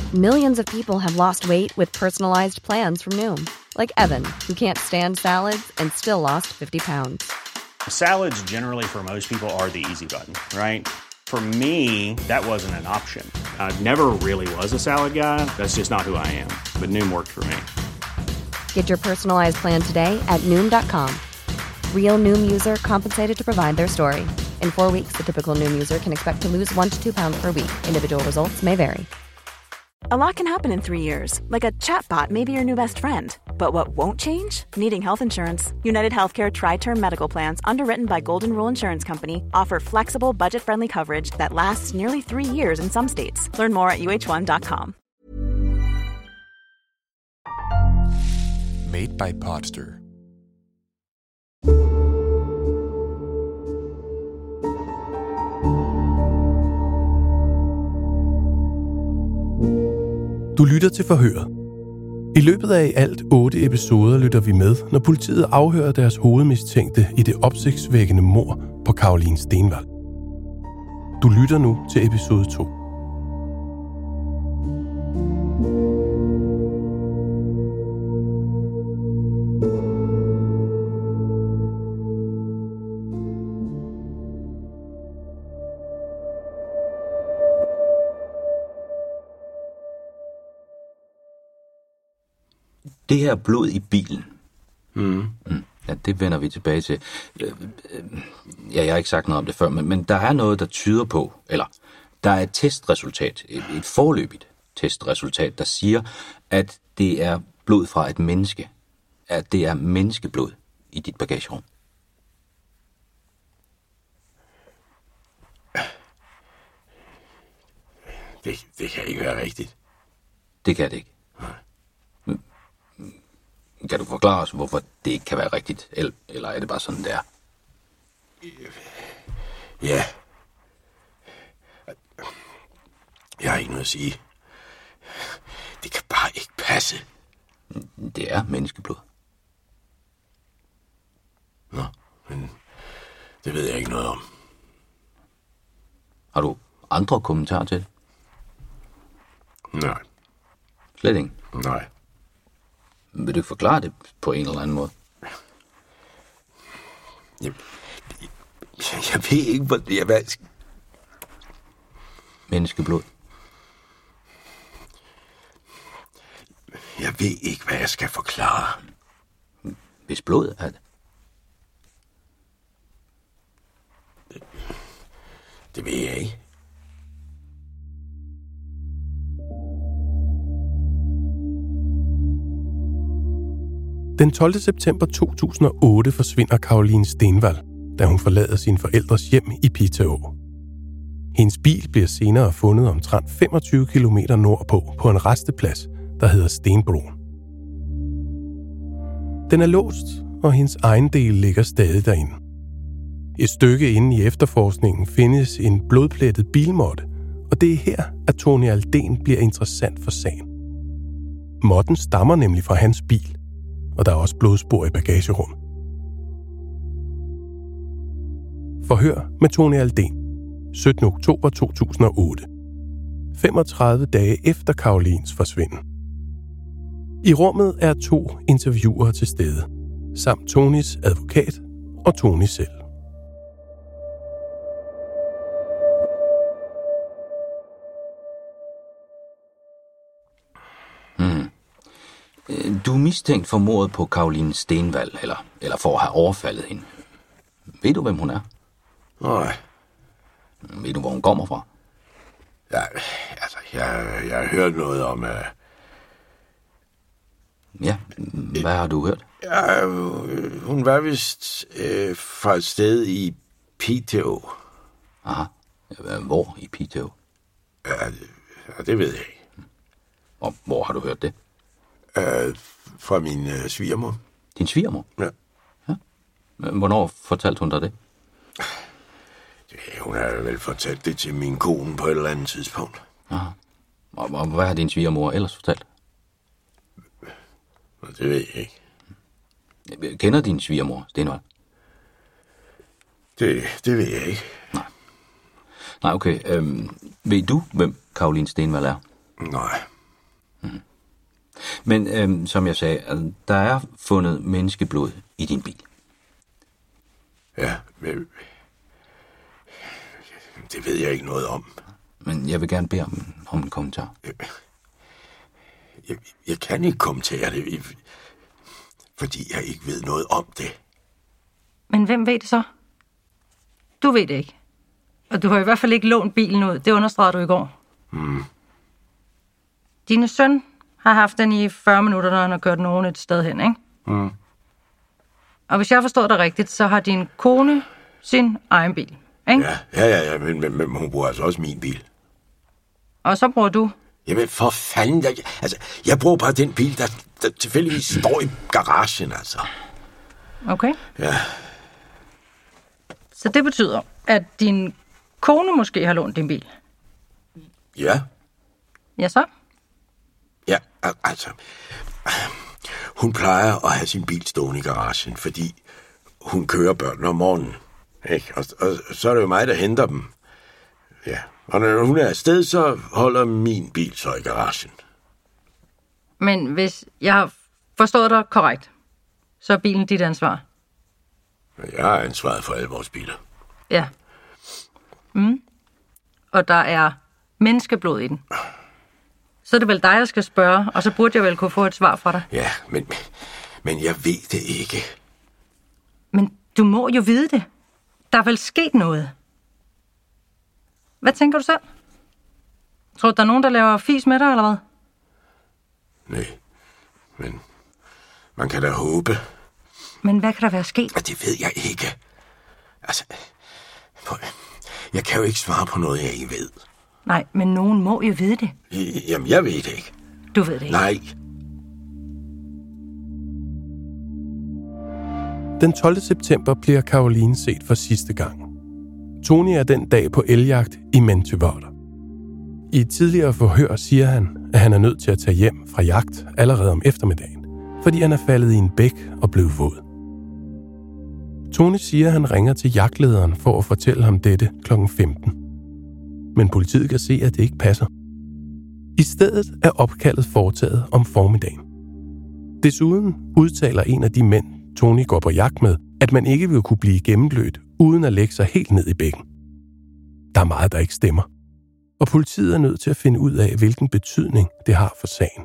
Millions of people have lost weight with personalized plans from Noom. Like Evan, who can't stand salads and still lost 50 pounds. Salads generally for most people are the easy button, right? For me, that wasn't an option. I never really was a salad guy. That's just not who I am. But Noom worked for me. Get your personalized plan today at Noom.com. Real Noom user compensated to provide their story. In 4 weeks, the typical Noom user can expect to lose 1 to 2 pounds per week. Individual results may vary. A lot can happen in 3 years, like a chatbot may be your new best friend. But what won't change? Needing health insurance. United Healthcare Tri-Term Medical Plans, underwritten by Golden Rule Insurance Company, offer flexible, budget-friendly coverage that lasts nearly 3 years in some states. Learn more at uh1.com. Made by Podster. Du lytter til Forhøret. I løbet af i alt 8 episoder lytter vi med, når politiet afhører deres hovedmistænkte i det opsigtsvækkende mord på Caroline Stenvald. Du lytter nu til episode 2. Det her blod i bilen, ja, det vender vi tilbage til. Ja, jeg har ikke sagt noget om det før, men der er noget, der tyder på, eller der er et testresultat, et foreløbigt testresultat, der siger, at det er blod fra et menneske. At det er menneskeblod i dit bagagerum. Det kan ikke være rigtigt. Det kan det ikke. Nej. Kan du forklare os, hvorfor det ikke kan være rigtigt? Eller er det bare sådan, der? Ja. Jeg har ikke noget at sige. Det kan bare ikke passe. Det er menneskeblod. Nå, men det ved jeg ikke noget om. Har du andre kommentarer til det? Nej. Slet ikke? Nej. Vil du forklare det på en eller anden måde? Jeg ved ikke, hvor det er. Menneskeblod. Jeg ved ikke, hvad jeg skal forklare. Hvis blod er det. Det ved jeg ikke. Den 12. september 2008 forsvinder Caroline Stenvald, da hun forlader sine forældres hjem i Piteå. Hendes bil bliver senere fundet omtrent 25 km nordpå på en resteplads, der hedder Stenbroen. Den er låst, og hendes ejendel ligger stadig derinde. Et stykke inde i efterforskningen findes en blodplettet bilmåtte, og det er her, at Tony Alden bliver interessant for sagen. Måtten stammer nemlig fra hans bil, og der er også blodspor i bagagerummet. Forhør med Tony Alden, 17. oktober 2008. 35 dage efter Carolines forsvinden. I rummet er 2 interviewere til stede, samt Tonys advokat og Tony selv. Du er mistænkt for mordet på Caroline Stenvald, eller for at have overfaldet hende. Ved du, hvem hun er? Nej. Ved du, hvor hun kommer fra? Ja, altså, jeg har hørt noget om... Ja, hvad har du hørt? Ja, hun var vist fra et sted i Piteå. Aha. Hvor i Piteå? Ja, det ved jeg ikke. Og hvor har du hørt det? Fra min svigermor. Din svigermor? Ja. Hvornår fortalte hun dig det? Hun har vel fortalt det til min kone på et eller andet tidspunkt. Aha. Og hvad har din svigermor ellers fortalt? Det ved jeg ikke. Kender din svigermor Stenvald? Det ved jeg ikke. Nej, okay. Ved du, hvem Caroline Stenvald er? Nej. Men som jeg sagde, der er fundet menneskeblod i din bil. Ja, men det ved jeg ikke noget om. Men jeg vil gerne bede om en kommentar. Jeg kan ikke kommentere det, fordi jeg ikke ved noget om det. Men hvem ved det så? Du ved det ikke. Og du har i hvert fald ikke lånt bilen ud. Det understregede du i går. Dine søn har haft den i 40 minutter, når han har kørt nogen et sted hen, ikke? Og hvis jeg forstår det rigtigt, så har din kone sin egen bil, ikke? Ja, men hun bruger altså også min bil. Og så bruger du? Jamen for fanden, jeg bruger bare den bil, der tilfældigvis står i garagen, altså. Okay. Ja. Så det betyder, at din kone måske har lånt din bil? Ja. Ja, så? Ja, altså. Hun plejer at have sin bil stående i garagen, fordi hun kører børnene om morgenen. Ikke? Og så er det jo mig, der henter dem. Ja. Og når hun er afsted, så holder min bil så i garagen. Men hvis jeg har forstået dig korrekt, så er bilen dit ansvar? Jeg har ansvaret for alle vores biler. Ja. Og der er menneskeblod i den. Så er det vel dig, jeg skal spørge, og så burde jeg vel kunne få et svar fra dig. Ja, men jeg ved det ikke. Men du må jo vide det. Der er vel sket noget. Hvad tænker du selv? Tror du, der er nogen, der laver fis med dig, eller hvad? Nej, men man kan da håbe. Men hvad kan der være sket? Og det ved jeg ikke. Altså, jeg kan jo ikke svare på noget, jeg ikke ved. Nej, men nogen må jo vide det. Jamen, jeg ved det ikke. Du ved det ikke? Nej. Den 12. september bliver Caroline set for sidste gang. Tony er den dag på elgjagt i Mentevörder. I et tidligere forhør siger han, at han er nødt til at tage hjem fra jagt allerede om eftermiddagen, fordi han er faldet i en bæk og blevet våd. Tony siger, at han ringer til jagtlederen for at fortælle ham dette kl. 15. Men politiet kan se, at det ikke passer. I stedet er opkaldet foretaget om formiddagen. Desuden udtaler en af de mænd, Tony går på jagt med, at man ikke vil kunne blive gennemblødt, uden at lægge sig helt ned i bækken. Der er meget, der ikke stemmer. Og politiet er nødt til at finde ud af, hvilken betydning det har for sagen.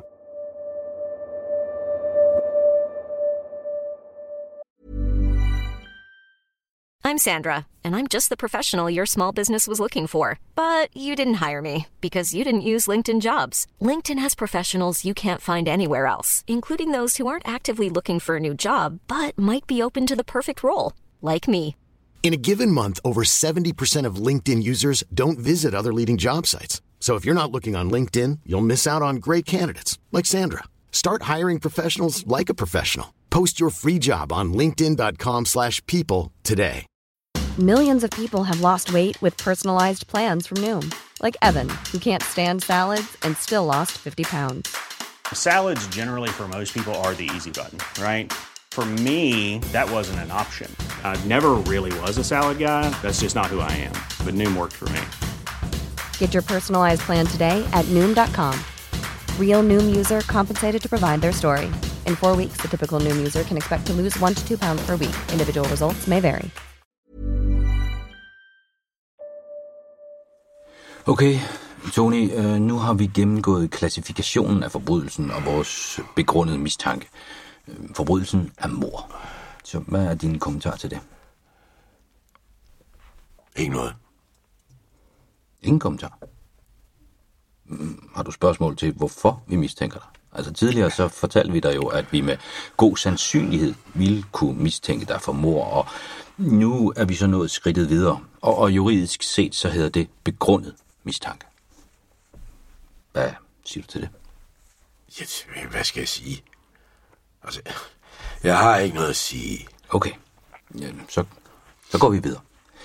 I'm Sandra, and I'm just the professional your small business was looking for. But you didn't hire me because you didn't use LinkedIn Jobs. LinkedIn has professionals you can't find anywhere else, including those who aren't actively looking for a new job, but might be open to the perfect role, like me. In a given month, over 70% of LinkedIn users don't visit other leading job sites. So if you're not looking on LinkedIn, you'll miss out on great candidates like Sandra. Start hiring professionals like a professional. Post your free job on linkedin.com/people today. Millions of people have lost weight with personalized plans from Noom, like Evan, who can't stand salads and still lost 50 pounds. Salads generally for most people are the easy button, right? For me, that wasn't an option. I never really was a salad guy. That's just not who I am. But Noom worked for me. Get your personalized plan today at Noom.com. Real Noom user compensated to provide their story. In 4 weeks, the typical Noom user can expect to lose 1 to 2 pounds per week. Individual results may vary. Okay, Tony, nu har vi gennemgået klassifikationen af forbrydelsen og vores begrundede mistanke. Forbrydelsen er mord. Så hvad er din kommentar til det? Ikke noget. Ingen kommentar. Har du spørgsmål til, hvorfor vi mistænker dig? Altså tidligere så fortalte vi dig jo, at vi med god sandsynlighed ville kunne mistænke dig for mord, og nu er vi så nået skridtet videre. Og juridisk set så hedder det begrundet mistanke. Hvad siger du til det? Yes, hvad skal jeg sige? Altså, jeg har ikke noget at sige. Okay, ja, så går vi videre.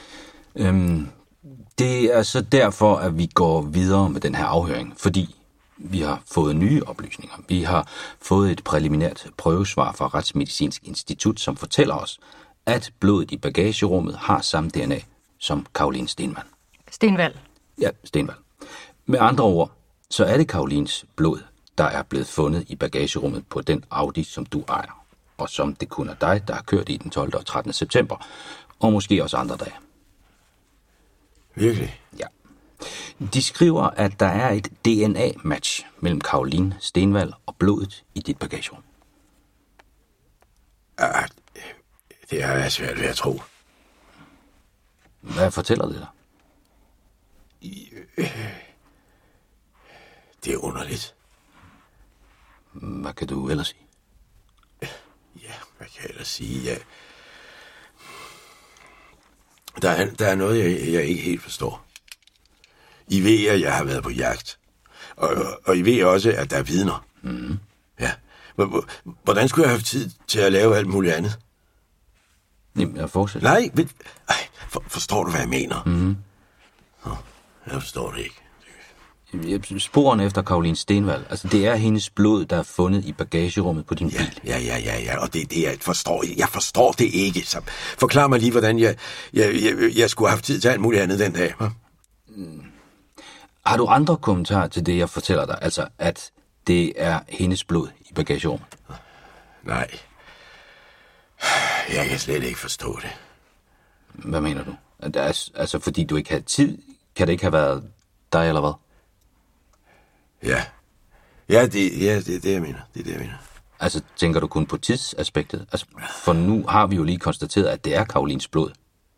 Det er så derfor, at vi går videre med den her afhøring, fordi vi har fået nye oplysninger. Vi har fået et præliminært prøvesvar fra Retsmedicinsk Institut, som fortæller os, at blodet i bagagerummet har samme DNA som Caroline Stenvald. Ja, Stenvald. Med andre ord, så er det Carolines blod, der er blevet fundet i bagagerummet på den Audi, som du ejer, og som det kun er dig, der har kørt i den 12. og 13. september, og måske også andre dage. Virkelig? Ja. De skriver, at der er et DNA-match mellem Caroline Stenvald og blodet i dit bagagerum. Det er jeg svært ved at tro. Hvad fortæller det dig? Det er underligt. Hvad kan du ellers sige? Ja, hvad kan jeg ellers sige? Ja. Der er noget, jeg ikke helt forstår. I ved, at jeg har været på jagt. Og I ved også, at der er vidner. Mm. Ja. Hvordan skulle jeg have tid til at lave alt muligt andet? Jamen, jeg fortsætter. Nej, forstår du, hvad jeg mener? Mm. Jeg forstår det ikke. Sporene efter Caroline Stenvald, altså det er hendes blod, der er fundet i bagagerummet på din bil. Ja, og det er det, jeg forstår. Jeg forstår det ikke. Så forklar mig lige, hvordan jeg skulle have haft tid til alt muligt andet den dag. Har du andre kommentarer til det, jeg fortæller dig? Altså, at det er hendes blod i bagagerummet? Nej. Jeg kan slet ikke forstå det. Hvad mener du? Altså, fordi du ikke havde tid, kan det ikke have været dig, eller hvad? Ja, det er det, jeg mener. Det er det, jeg mener. Altså, tænker du kun på tidsaspektet? Altså, for nu har vi jo lige konstateret, at det er Carolines blod.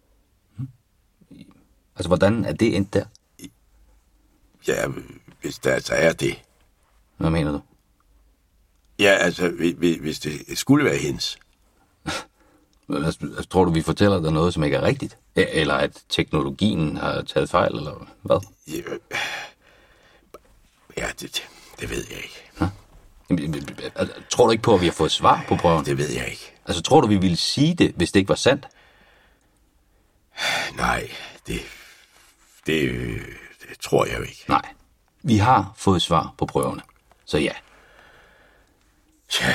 Altså, hvordan er det endt der? Ja, hvis der altså er det. Hvad mener du? Ja, altså, hvis det skulle være hendes. Altså, tror du, vi fortæller dig noget, som ikke er rigtigt? Eller at teknologien har taget fejl, eller hvad? Ja, det ved jeg ikke. Tror du ikke på, at vi har fået svar på prøven? Det ved jeg ikke. Altså, tror du, vi ville sige det, hvis det ikke var sandt? Nej, det tror jeg jo ikke. Nej, vi har fået svar på prøverne, så ja. Ja,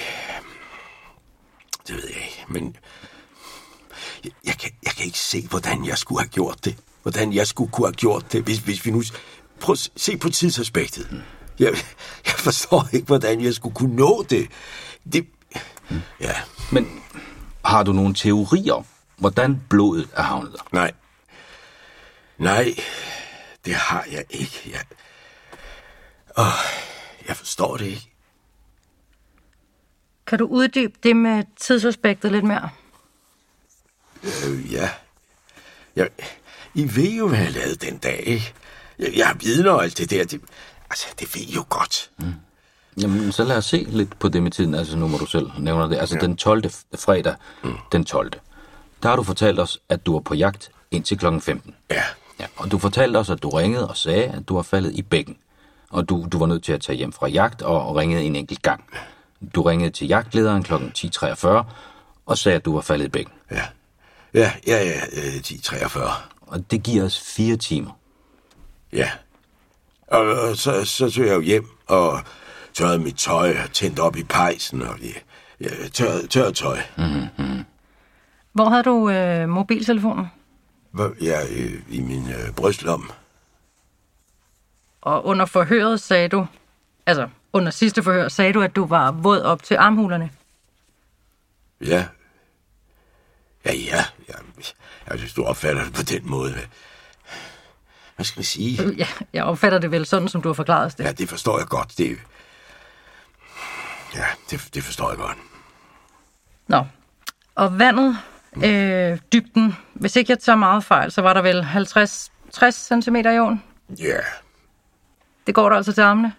det ved jeg ikke, men jeg kan ikke se, hvordan jeg skulle have gjort det. Hvordan jeg skulle kunne have gjort det, hvis vi nu... Prøv at se på tidsaspektet. Jeg forstår ikke, hvordan jeg skulle kunne nå det. Ja. Men har du nogle teorier om, hvordan blodet er havnet der? Nej, det har jeg ikke. Jeg forstår det ikke. Kan du uddybe det med tidsaspektet lidt mere? Ja. I ved jo, hvad jeg lavede den dag, ikke? Jeg har vidner og alt det der. Det ved I jo godt. Mm. Jamen, så lad os se lidt på det med tiden. Altså, nu må du selv nævne det. Altså, den 12. fredag, den 12. Der har du fortalt os, at du var på jagt indtil klokken 15. Ja. Og du fortalte os, at du ringede og sagde, at du var faldet i bækken. Og du var nødt til at tage hjem fra jagt og ringede en enkelt gang. Du ringede til jagtlederen klokken 10.43 og sagde, at du var faldet i bækken. Ja, 10.43. Og det giver os 4 timer. Ja. Og så tog jeg jo hjem og tørrede mit tøj og tændte op i pejsen og tørrede tøj. Mm-hmm. Hvor havde du mobiltelefonen? Ja, i min brystlomme. Og under forhøret sagde du, altså under sidste forhør, sagde du, at du var våd op til armhulerne. Ja. Hvis du opfatter det på den måde. Hvad skal jeg sige? Ja, jeg opfatter det vel sådan, som du har forklaret os det. Ja, det forstår jeg godt. Det forstår jeg godt. Nå, og vandet, dybden, hvis ikke jeg tager meget fejl, så var der vel 50-60 cm i åen? Ja. Det går der altså til armene.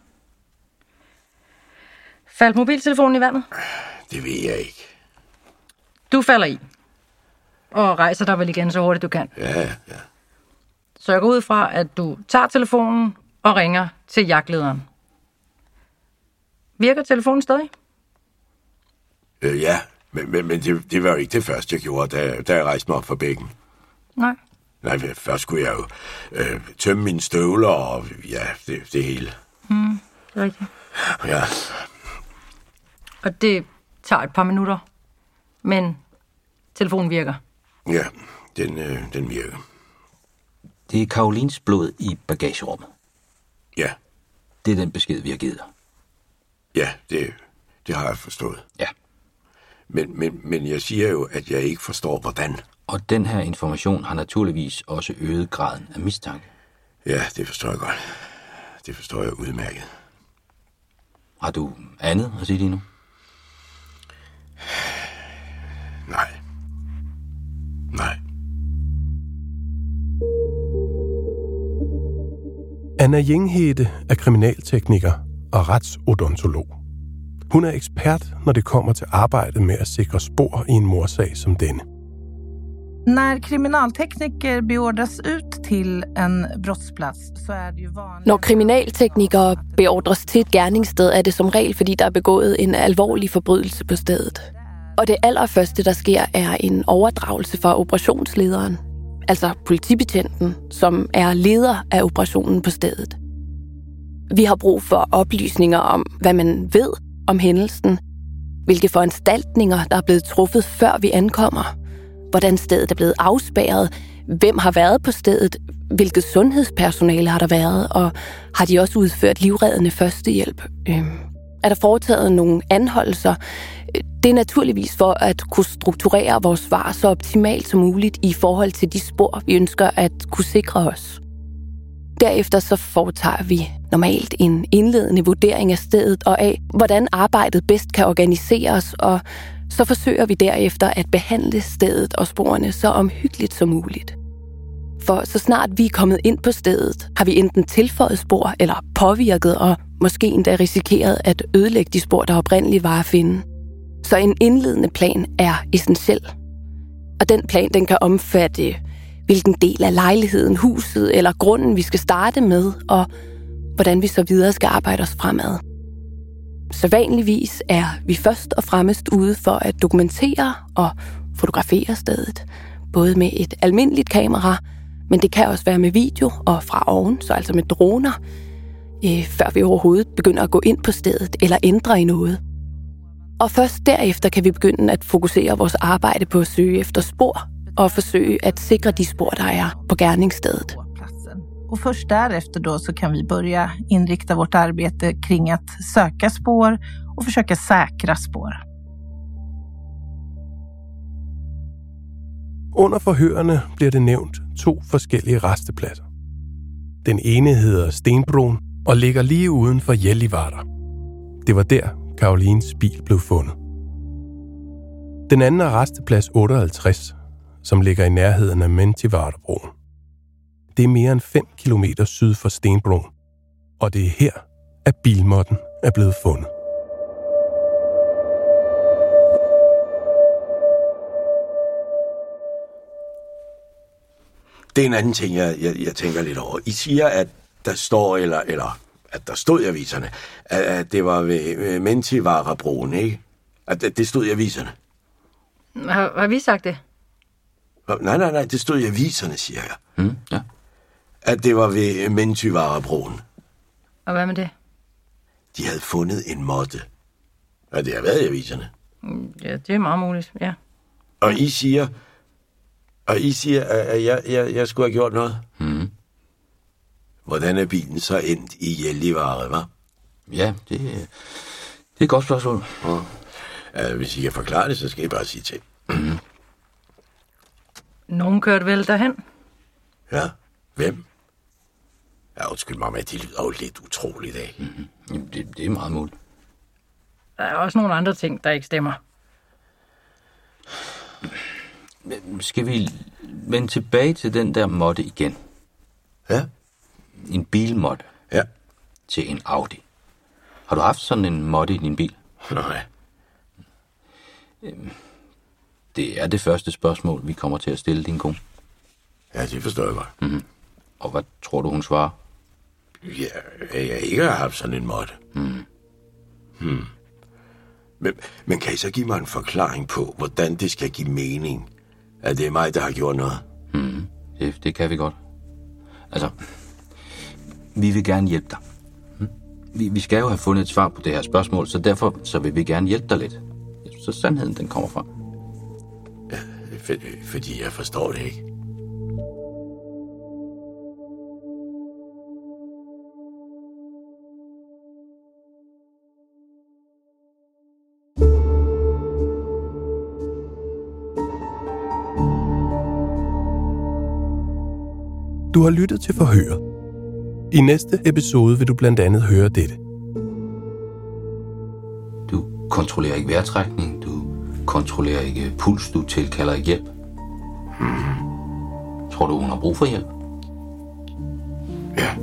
Faldt mobiltelefonen i vandet? Det ved jeg ikke. Du falder i, og rejser dig vel igen så hurtigt du kan. Ja. Så jeg går ud fra, at du tager telefonen og ringer til jagtlederen. Virker telefonen stadig? Ja, men det var jo ikke det første, jeg gjorde, da jeg rejste mig op fra bækken. Nej, først skulle jeg jo tømme mine støvler og det hele. Det er rigtigt. Ja. Og det tager et par minutter, men telefonen virker. Ja, den virker. Det er Carolines blod i bagagerummet. Ja. Det er den besked, vi har givet dig. Ja, det har jeg forstået. Ja. Men jeg siger jo, at jeg ikke forstår, hvordan. Og den her information har naturligvis også øget graden af mistanke. Ja, det forstår jeg godt. Det forstår jeg udmærket. Har du andet at sige lige nu? Nej. Anna Jenghede er kriminaltekniker og retsodontolog. Hun er ekspert, når det kommer til arbejdet med at sikre spor i en mordsag som denne. När kriminaltekniker beordras ut till en brottsplats, så er det jo vanligt. Når kriminalteknikere beordres til et gerningssted, er det som regel, fordi der er begået en alvorlig forbrydelse på stedet. Og det allerførste, der sker, er en overdragelse fra operationslederen, altså politibetjenten, som er leder af operationen på stedet. Vi har brug for oplysninger om, hvad man ved om hændelsen, hvilke foranstaltninger, der er blevet truffet, før vi ankommer, hvordan stedet er blevet afspærret, hvem har været på stedet, hvilket sundhedspersonale har der været, og har de også udført livreddende førstehjælp? Er der foretaget nogle anholdelser? Det er naturligvis for at kunne strukturere vores svar så optimalt som muligt i forhold til de spor, vi ønsker at kunne sikre os. Derefter så foretager vi normalt en indledende vurdering af stedet og af, hvordan arbejdet bedst kan organiseres, og så forsøger vi derefter at behandle stedet og sporene så omhyggeligt som muligt. For så snart vi er kommet ind på stedet, har vi enten tilføjet spor eller påvirket og måske endda risikeret at ødelægge de spor, der oprindeligt var at finde. Så en indledende plan er essentiel. Og den plan, den kan omfatte, hvilken del af lejligheden, huset eller grunden, vi skal starte med, og hvordan vi så videre skal arbejde os fremad. Så vanligvis er vi først og fremmest ude for at dokumentere og fotografere stedet, både med et almindeligt kamera, men det kan også være med video og fra oven, så altså med droner, før vi overhovedet begynder at gå ind på stedet eller ændre i noget. Og først derefter kan vi begynde at fokusere vores arbejde på at søge efter spor og forsøge at sikre de spor, der er på gerningsstedet. Och först därefter då så kan vi börja inrikta vårt arbete kring att söka spår och försöka säkra spår. Under forhørene bliver det nævnt 2 forskellige rastepladser. Den ene hedder Stenbron og ligger lige uden for Gällivare. Det var der, Karolines bil blev fundet. Den anden er rasteplads 58, som ligger i nærheden af Mentivaarabroen. Det er mere end 5 kilometer syd for Stenbron, og det er her, at bilmåtten er blevet fundet. Det er en anden ting, jeg tænker lidt over. I siger, at der står, eller at der stod i aviserne, at det var ved Mentivaarabroen, ikke? At det stod i aviserne. Har vi sagt det? Nej, det stod i aviserne, siger jeg. Ja. At det var ved Mentivaarabroen. Og hvad med det? De havde fundet en måtte. Og det har været i aviserne. Ja, det er meget muligt, ja. Og I siger, at jeg skulle have gjort noget. Hvordan er bilen så endt i Gällivare, hva'? Ja, det er et godt spørgsmål. Hvis I kan forklare det, så skal I bare sige til. Nogen kørte vel derhen? Ja, hvem? Ja, undskyld mig, men det lyder jo lidt utroligt af. Jamen, det er meget muligt. Der er også nogle andre ting, der ikke stemmer. Skal vi vende tilbage til den der måtte igen? Ja? En bilmåtte? Ja. Til en Audi. Har du haft sådan en måtte i din bil? Nej. Det er det første spørgsmål, vi kommer til at stille din kone. Ja, det forstår jeg godt. Og hvad tror du, hun svarer? Ja, jeg ikke har haft sådan en måtte. Men kan I så give mig en forklaring på, hvordan det skal give mening, at det er mig, der har gjort noget? Det kan vi godt. Altså, vi vil gerne hjælpe dig. Vi skal jo have fundet et svar på det her spørgsmål, så derfor så vil vi gerne hjælpe dig lidt. Så sandheden, den kommer fra. Ja, fordi jeg forstår det ikke. Du har lyttet til Forhøret. I næste episode vil du blandt andet høre dette. Du kontrollerer ikke vejrtrækning, du kontrollerer ikke puls, du tilkalder ikke hjælp. Tror du, hun har brug for hjælp? Ja.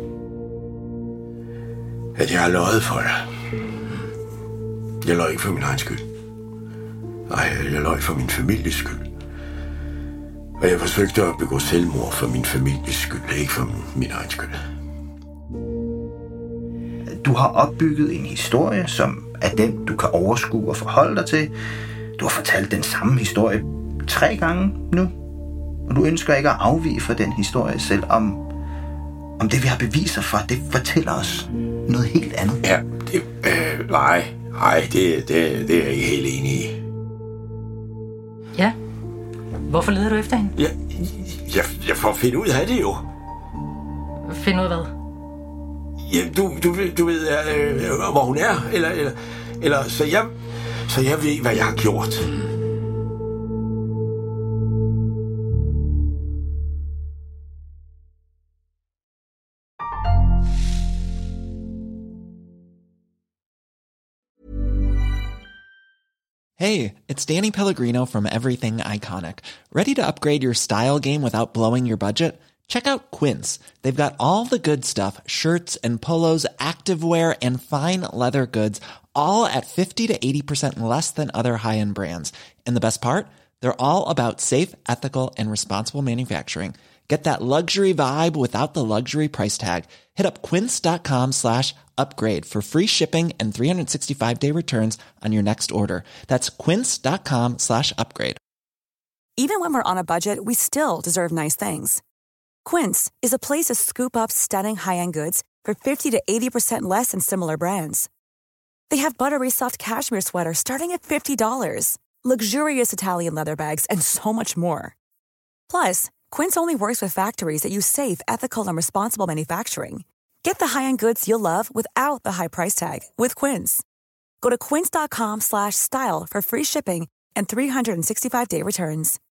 At jeg har løjet for dig. Jeg løj ikke for min egen skyld. Nej, jeg løj for min families skyld. Og jeg forsøgte at begå selvmord for min families skyld, ikke for min egen skyld. Du har opbygget en historie, som er den, du kan overskue og forholde dig til. Du har fortalt den samme historie 3 gange nu. Og du ønsker ikke at afvige fra den historie, selvom det, vi har beviser for, det fortæller os noget helt andet. Ja, det er jeg ikke helt enig i. Ja. Hvorfor leder du efter hende? Jeg får finde ud af det jo. Finde ud af hvad? Ja, du ved, hvor hun er, eller så jeg ved, hvad jeg har gjort. Hey, it's Danny Pellegrino from Everything Iconic. Ready to upgrade your style game without blowing your budget? Check out Quince. They've got all the good stuff, shirts and polos, activewear, and fine leather goods, all at 50 to 80% less than other high-end brands. And the best part? They're all about safe, ethical, and responsible manufacturing. Get that luxury vibe without the luxury price tag. Hit up quince.com/upgrade for free shipping and 365-day returns on your next order. That's quince.com/upgrade. Even when we're on a budget, we still deserve nice things. Quince is a place to scoop up stunning high-end goods for 50 to 80% less than similar brands. They have buttery soft cashmere sweaters starting at $50, luxurious Italian leather bags, and so much more. Plus, Quince only works with factories that use safe, ethical, and responsible manufacturing. Get the high-end goods you'll love without the high price tag with Quince. Go to quince.com/style for free shipping and 365-day returns.